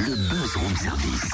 Le Buzz Room Service.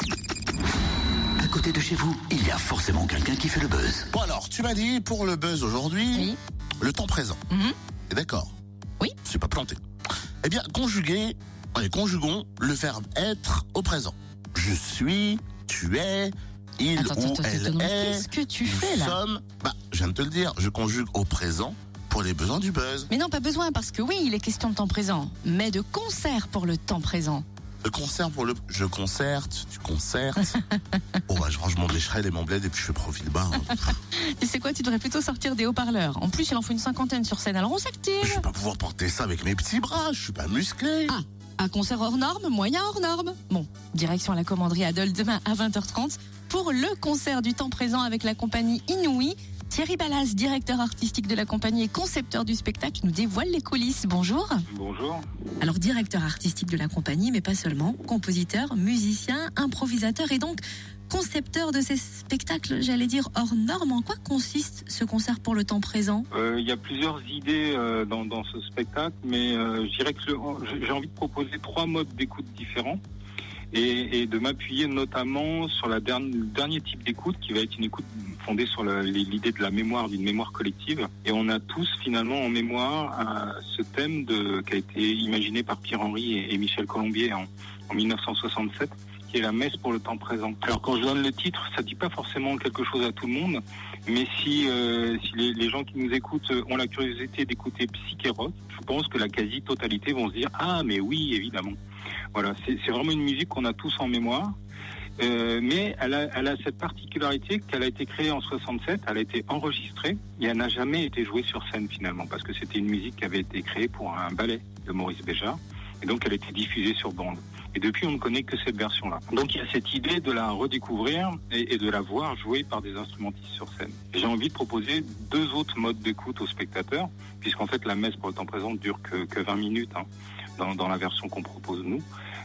À côté de chez vous, il y a forcément quelqu'un qui fait le buzz. Bon alors, tu m'as dit pour le buzz aujourd'hui, Oui. le temps présent. T'es d'accord? Oui. Je suis pas planté. Eh bien, conjuguons le verbe être au présent. Je suis, tu es, il ou elle est. Qu'est-ce que tu nous fais là? sommes. Je viens de te le dire, je conjugue au présent pour les besoins du buzz. Mais non, pas besoin, parce que oui, il est question de temps présent, mais de concert pour le temps présent. Le concert pour le. Je concerte, tu concertes. Je range mon déchet et mon bled et puis je fais profil bas. Tu sais quoi, tu devrais plutôt sortir des haut-parleurs. En plus, il en faut une 50aine sur scène, alors on s'active. Je vais pas pouvoir porter ça avec mes petits bras, je suis pas musclé. Ah, un concert hors norme, moyen hors norme. Bon, direction la commanderie Adol demain à 20h30 pour le concert du temps présent avec la compagnie Inouï. Thierry Ballas, directeur artistique de la compagnie et concepteur du spectacle, nous dévoile les coulisses. Bonjour. Bonjour. Alors, directeur artistique de la compagnie, mais pas seulement, compositeur, musicien, improvisateur et donc concepteur de ces spectacles, j'allais dire hors normes. En quoi consiste ce concert pour le temps présent? Il y a plusieurs idées dans ce spectacle, mais je dirais que j'ai envie de proposer 3 modes d'écoute différents et de m'appuyer notamment sur le dernier type d'écoute qui va être une écoute fondée sur l'idée de la mémoire, d'une mémoire collective. Et on a tous finalement en mémoire ce thème qui a été imaginé par Pierre Henry et Michel Colombier en 1967. Qui est la messe pour le temps présent. Alors quand je donne le titre, ça dit pas forcément quelque chose à tout le monde, mais si les gens qui nous écoutent ont la curiosité d'écouter Psyché Rock, je pense que la quasi-totalité vont se dire « Ah, mais oui, évidemment ». Voilà, c'est vraiment une musique qu'on a tous en mémoire, mais elle a cette particularité qu'elle a été créée en 67, elle a été enregistrée, et elle n'a jamais été jouée sur scène finalement, parce que c'était une musique qui avait été créée pour un ballet de Maurice Béjart, et donc elle a été diffusée sur bande. Et depuis, on ne connaît que cette version-là. Donc, il y a cette idée de la redécouvrir et de la voir jouer par des instrumentistes sur scène. J'ai envie de proposer 2 autres modes d'écoute aux spectateurs, puisqu'en fait, la messe pour le temps présent dure que 20 minutes dans la version qu'on propose nous.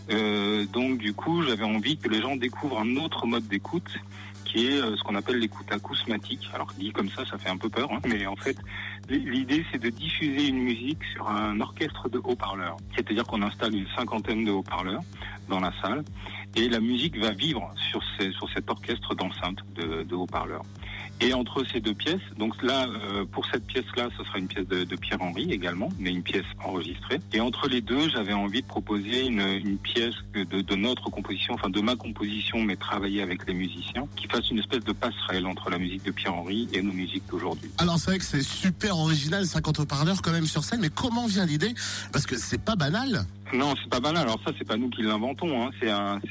Donc, du coup, j'avais envie que les gens découvrent un autre mode d'écoute qui est ce qu'on appelle l'écoute acousmatique. Alors, dit comme ça fait un peu peur, mais en fait, l'idée, c'est de diffuser une musique sur un orchestre de haut-parleurs. C'est-à-dire qu'on installe une 50aine de haut-parleurs dans la salle et la musique va vivre sur cet orchestre d'enceinte de haut-parleurs. Et entre ces 2 pièces, donc là, pour cette pièce-là, ce sera une pièce de Pierre Henry également, mais une pièce enregistrée. Et entre les 2, j'avais envie de proposer une pièce de notre composition, enfin de ma composition, mais travaillée avec les musiciens, qui fasse une espèce de passerelle entre la musique de Pierre Henry et nos musiques d'aujourd'hui. Alors c'est vrai que c'est super original, 50 haut-parleurs quand même sur scène, mais comment vient l'idée? Parce que c'est pas banal. Non, c'est pas banal. Alors ça, c'est pas nous qui l'inventons. C'est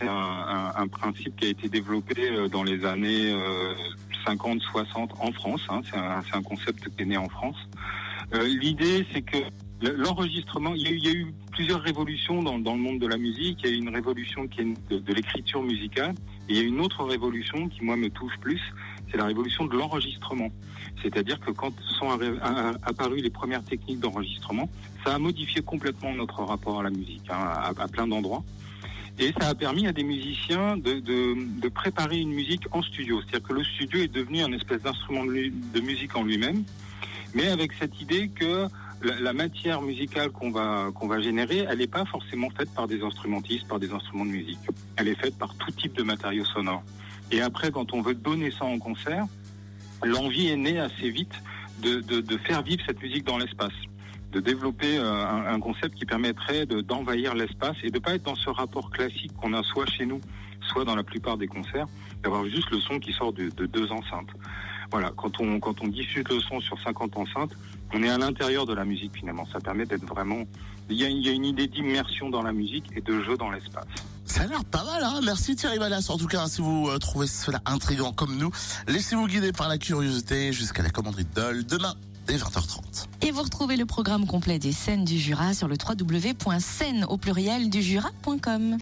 un principe qui a été développé dans les années 50, 60 en France. C'est un concept qui est né en France. L'idée, c'est que l'enregistrement, il y a eu plusieurs révolutions dans le monde de la musique. Il y a eu une révolution qui est de l'écriture musicale. Et il y a une autre révolution qui, moi, me touche plus. C'est la révolution de l'enregistrement. C'est-à-dire que quand sont apparues les premières techniques d'enregistrement, ça a modifié complètement notre rapport à la musique, à plein d'endroits. Et ça a permis à des musiciens de préparer une musique en studio. C'est-à-dire que le studio est devenu un espèce d'instrument de musique en lui-même, mais avec cette idée que la matière musicale qu'on va générer, elle n'est pas forcément faite par des instrumentistes, par des instruments de musique. Elle est faite par tout type de matériaux sonores. Et après, quand on veut donner ça en concert, l'envie est née assez vite de faire vivre cette musique dans l'espace, de développer un concept qui permettrait d'envahir l'espace et de pas être dans ce rapport classique qu'on a soit chez nous, soit dans la plupart des concerts, d'avoir juste le son qui sort de 2 enceintes. Voilà, quand on diffuse le son sur 50 enceintes, on est à l'intérieur de la musique finalement. Ça permet d'être vraiment... Il y a une idée d'immersion dans la musique et de jeu dans l'espace. Ça a l'air pas mal, Merci Thierry Ballas. En tout cas, si vous trouvez cela intriguant comme nous, laissez-vous guider par la curiosité jusqu'à la commanderie de Dole demain dès 20h30. Et vous retrouvez le programme complet des scènes du Jura sur le www.scènes au pluriel du Jura.com.